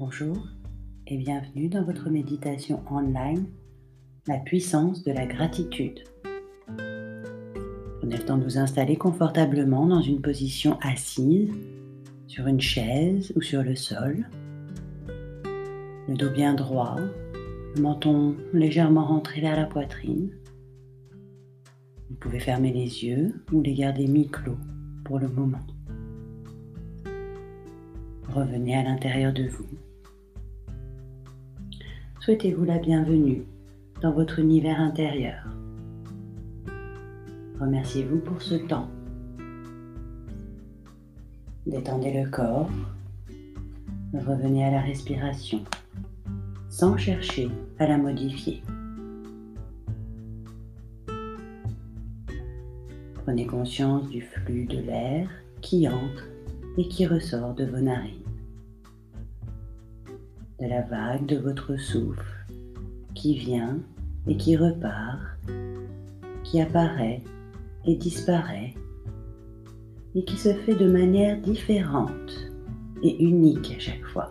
Bonjour et bienvenue dans votre méditation online, la puissance de la gratitude. Prenez le temps de vous installer confortablement dans une position assise, sur une chaise ou sur le sol. Le dos bien droit, le menton légèrement rentré vers la poitrine. Vous pouvez fermer les yeux ou les garder mi-clos pour le moment. Revenez à l'intérieur de vous. Souhaitez-vous la bienvenue dans votre univers intérieur. Remerciez-vous pour ce temps. Détendez le corps. Revenez à la respiration, sans chercher à la modifier. Prenez conscience du flux de l'air qui entre et qui ressort de vos narines, de la vague de votre souffle qui vient et qui repart, qui apparaît et disparaît et qui se fait de manière différente et unique à chaque fois.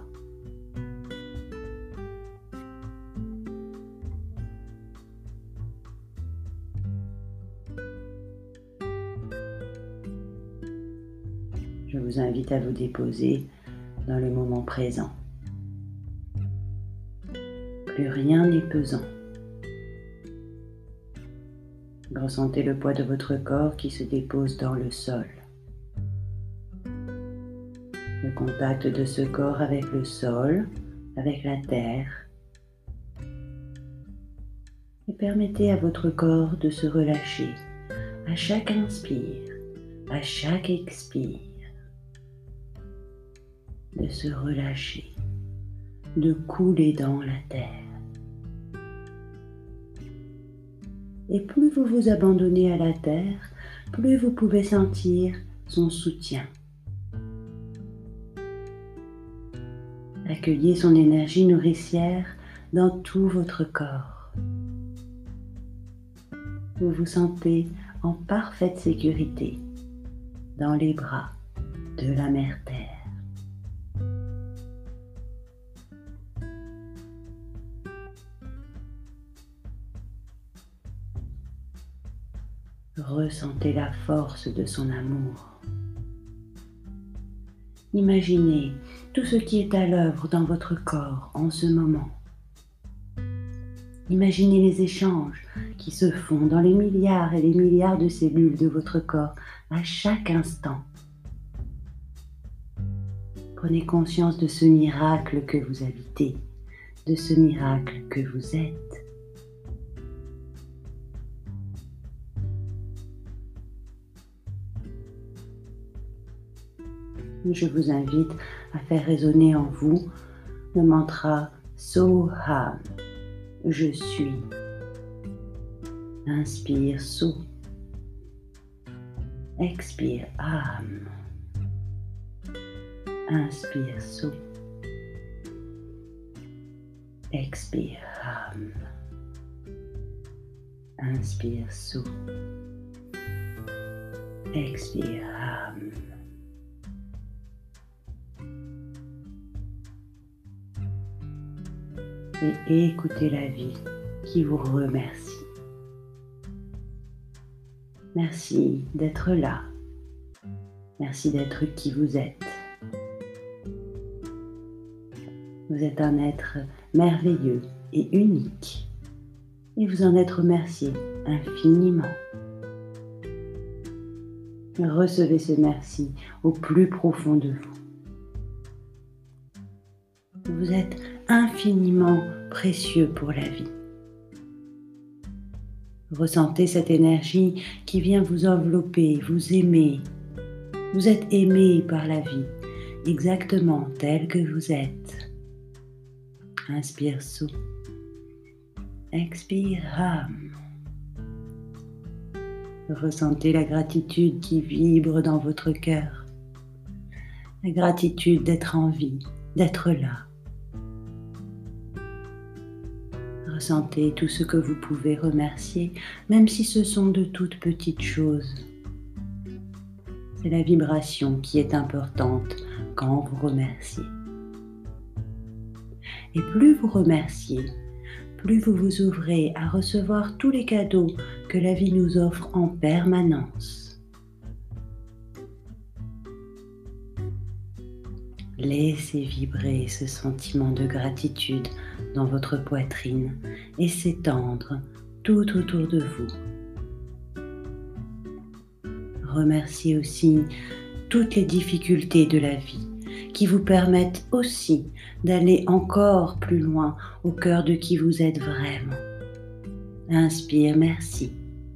Je vous invite à vous déposer dans le moment présent. Plus rien n'est pesant. Ressentez le poids de votre corps qui se dépose dans le sol. Le contact de ce corps avec le sol, avec la terre. Et permettez à votre corps de se relâcher à chaque inspire, à chaque expire. De se relâcher, de couler dans la terre. Et plus vous vous abandonnez à la terre, plus vous pouvez sentir son soutien. Accueillez son énergie nourricière dans tout votre corps. Vous vous sentez en parfaite sécurité dans les bras de la Mère Terre. Ressentez la force de son amour. Imaginez tout ce qui est à l'œuvre dans votre corps en ce moment. Imaginez les échanges qui se font dans les milliards et les milliards de cellules de votre corps à chaque instant. Prenez conscience de ce miracle que vous habitez, de ce miracle que vous êtes. Je vous invite à faire résonner en vous le mantra Soham, je suis. Inspire So. Expire Ham. Inspire So. Expire Ham. Inspire So. Expire Ham. Et écoutez la vie qui vous remercie. Merci d'être là. Merci d'être qui vous êtes. Vous êtes un être merveilleux et unique. Et vous en êtes remercié infiniment. Recevez ce merci au plus profond de vous. Vous êtes infiniment précieux pour la vie. Ressentez cette énergie qui vient vous envelopper, vous aimer. Vous êtes aimé par la vie, exactement tel que vous êtes. Inspire So. Expire Ham. Ressentez la gratitude qui vibre dans votre cœur. La gratitude d'être en vie, d'être là. Ressentez tout ce que vous pouvez remercier, même si ce sont de toutes petites choses. C'est la vibration qui est importante quand vous remerciez. Et plus vous remerciez, plus vous vous ouvrez à recevoir tous les cadeaux que la vie nous offre en permanence. Laissez vibrer ce sentiment de gratitude dans votre poitrine et s'étendre tout autour de vous. Remerciez aussi toutes les difficultés de la vie qui vous permettent aussi d'aller encore plus loin au cœur de qui vous êtes vraiment. Inspire, merci.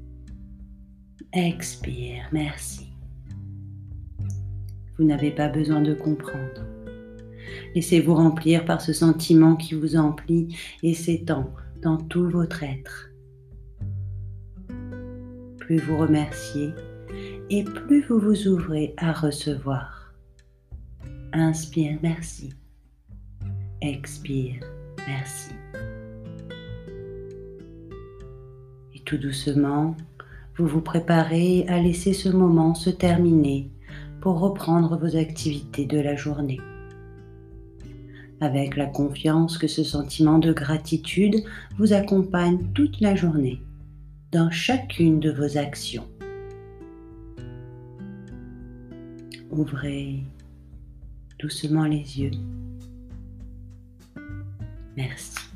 Expire, merci. Vous n'avez pas besoin de comprendre. Laissez-vous remplir par ce sentiment qui vous emplit et s'étend dans tout votre être. Plus vous remerciez et plus vous vous ouvrez à recevoir. Inspire, merci. Expire, merci. Et tout doucement, vous vous préparez à laisser ce moment se terminer pour reprendre vos activités de la journée. Avec la confiance que ce sentiment de gratitude vous accompagne toute la journée dans chacune de vos actions. Ouvrez doucement les yeux. Merci.